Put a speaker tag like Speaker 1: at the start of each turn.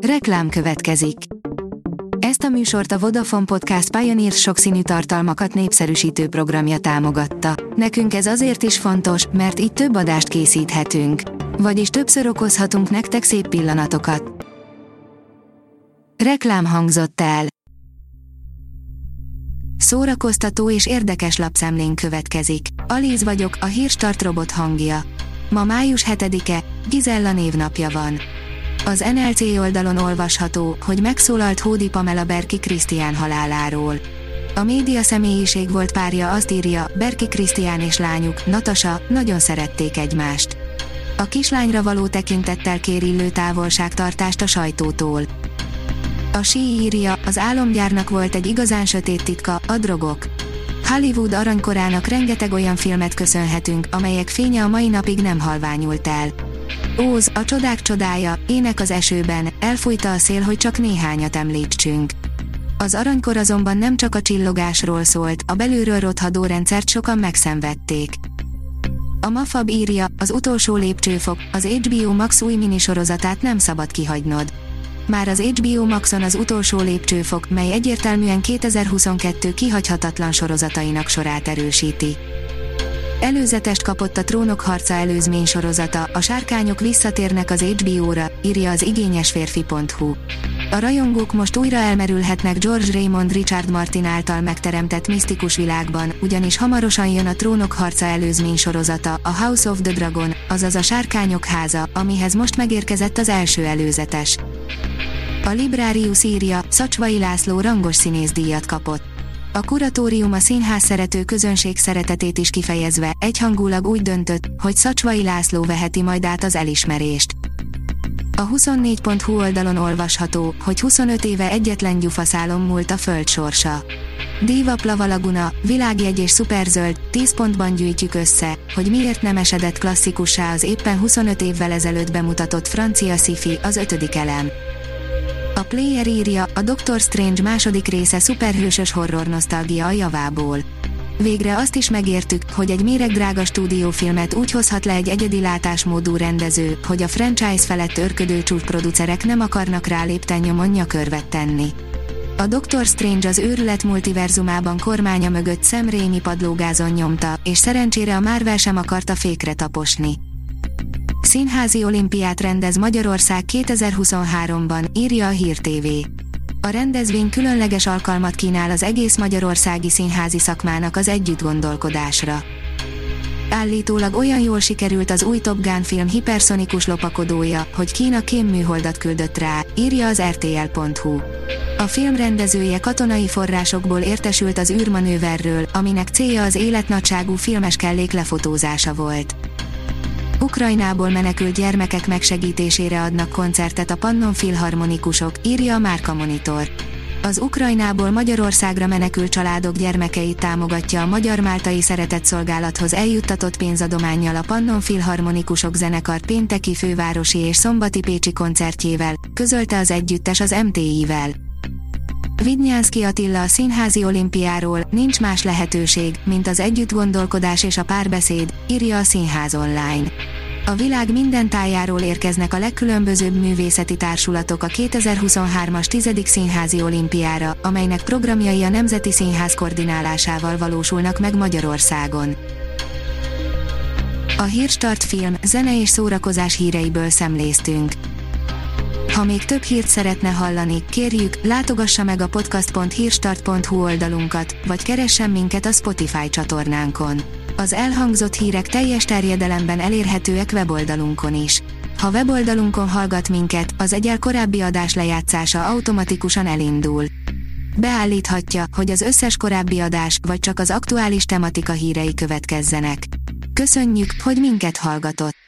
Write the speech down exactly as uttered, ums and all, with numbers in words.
Speaker 1: Reklám következik. Ezt a műsort a Vodafone Podcast Pioneer sokszínű tartalmakat népszerűsítő programja támogatta. Nekünk ez azért is fontos, mert így több adást készíthetünk. Vagyis többször okozhatunk nektek szép pillanatokat. Reklám hangzott el. Szórakoztató és érdekes lapszemlén következik. Alíz vagyok, a Hírstart robot hangja. Ma május hetedike, Gizella névnapja van. Az en el cé oldalon olvasható, hogy megszólalt Hódi Pamela Berki Krisztián haláláról. A média személyiség volt párja, azt írja, Berki Krisztián és lányuk, Natasa, nagyon szerették egymást. A kislányra való tekintettel kér illő távolságtartást a sajtótól. A sí írja, az álomgyárnak volt egy igazán sötét titka, a drogok. Hollywood aranykorának rengeteg olyan filmet köszönhetünk, amelyek fénye a mai napig nem halványult el. Óz, a csodák csodája, Ének az esőben, Elfújta a szél, hogy csak néhányat említsünk. Az arany-kor azonban nem csak a csillogásról szólt, a belülről rothadó rendszert sokan megszenvedték. A Mafab írja, az utolsó lépcsőfok, az há bé o Max új minisorozatát nem szabad kihagynod. Már az há bé o Maxon az utolsó lépcsőfok, mely egyértelműen kétezer-huszonkettő kihagyhatatlan sorozatainak sorát erősíti. Előzetest kapott a Trónok harca előzmény sorozata, a sárkányok visszatérnek az há bé ó-ra, írja az igényesférfi pont hu. A rajongók most újra elmerülhetnek George Raymond Richard Martin által megteremtett misztikus világban, ugyanis hamarosan jön a Trónok harca előzmény sorozata, a House of the Dragon, azaz a Sárkányok háza, amihez most megérkezett az első előzetes. A Librarius írja, Szacsvai László rangos színészdíjat kapott. A kuratórium a színház szerető közönség szeretetét is kifejezve, egyhangulag úgy döntött, hogy Szacsvai László veheti majd át az elismerést. A huszonnégy pont hu oldalon olvasható, hogy huszonöt éve egyetlen gyufaszálon múlt a föld sorsa. Diva Plava Laguna, világjegy és szuperzöld, tíz pontban gyűjtjük össze, hogy miért nem esedett klasszikussá az éppen huszonöt évvel ezelőtt bemutatott francia sci-fi, az ötödik elem. A Player írja, a Doctor Strange második része szuperhősös horror nosztalgia a javából. Végre azt is megértük, hogy egy méregdrága stúdiófilmet úgy hozhat le egy egyedi látásmódú rendező, hogy a franchise felett őrködő csúcsproducerek nem akarnak rá lépten nyomon nyakörvet tenni. A Doctor Strange az őrület multiverzumában kormánya mögött Sam Raimi padlógázon nyomta, és szerencsére a Marvel sem akarta fékre taposni. Színházi olimpiát rendez Magyarország kétezer-huszonháromban, írja a Hír té vé. A rendezvény különleges alkalmat kínál az egész magyarországi színházi szakmának az együttgondolkodásra. Állítólag olyan jól sikerült az új Top Gun film hiperszonikus lopakodója, hogy Kína kémműholdat küldött rá, írja az er té el pont hu. A film rendezője katonai forrásokból értesült az űrmanőverről, aminek célja az életnagyságú filmes kellék lefotózása volt. Ukrajnából menekült gyermekek megsegítésére adnak koncertet a Pannon Filharmonikusok, írja a Márka Monitor. Az Ukrajnából Magyarországra menekült családok gyermekeit támogatja a Magyar-Máltai Szeretetszolgálathoz eljuttatott pénzadománnyal a Pannon Filharmonikusok zenekar pénteki fővárosi és szombati pécsi koncertjével, közölte az együttes az em té í-vel. Vidnyánszky Attila a színházi olimpiáról, nincs más lehetőség, mint az együttgondolkodás és a párbeszéd, írja a Színház online. A világ minden tájáról érkeznek a legkülönbözőbb művészeti társulatok a kétezer-huszonhármas tizedik színházi olimpiára, amelynek programjai a Nemzeti Színház koordinálásával valósulnak meg Magyarországon. A Hírstart film, zene és szórakozás híreiből szemléztünk. Ha még több hírt szeretne hallani, kérjük, látogassa meg a podcast pont hírstart pont hu oldalunkat, vagy keressen minket a Spotify csatornánkon. Az elhangzott hírek teljes terjedelemben elérhetőek weboldalunkon is. Ha weboldalunkon hallgat minket, az egyel korábbi adás lejátszása automatikusan elindul. Beállíthatja, hogy az összes korábbi adás, vagy csak az aktuális tematika hírei következzenek. Köszönjük, hogy minket hallgatott!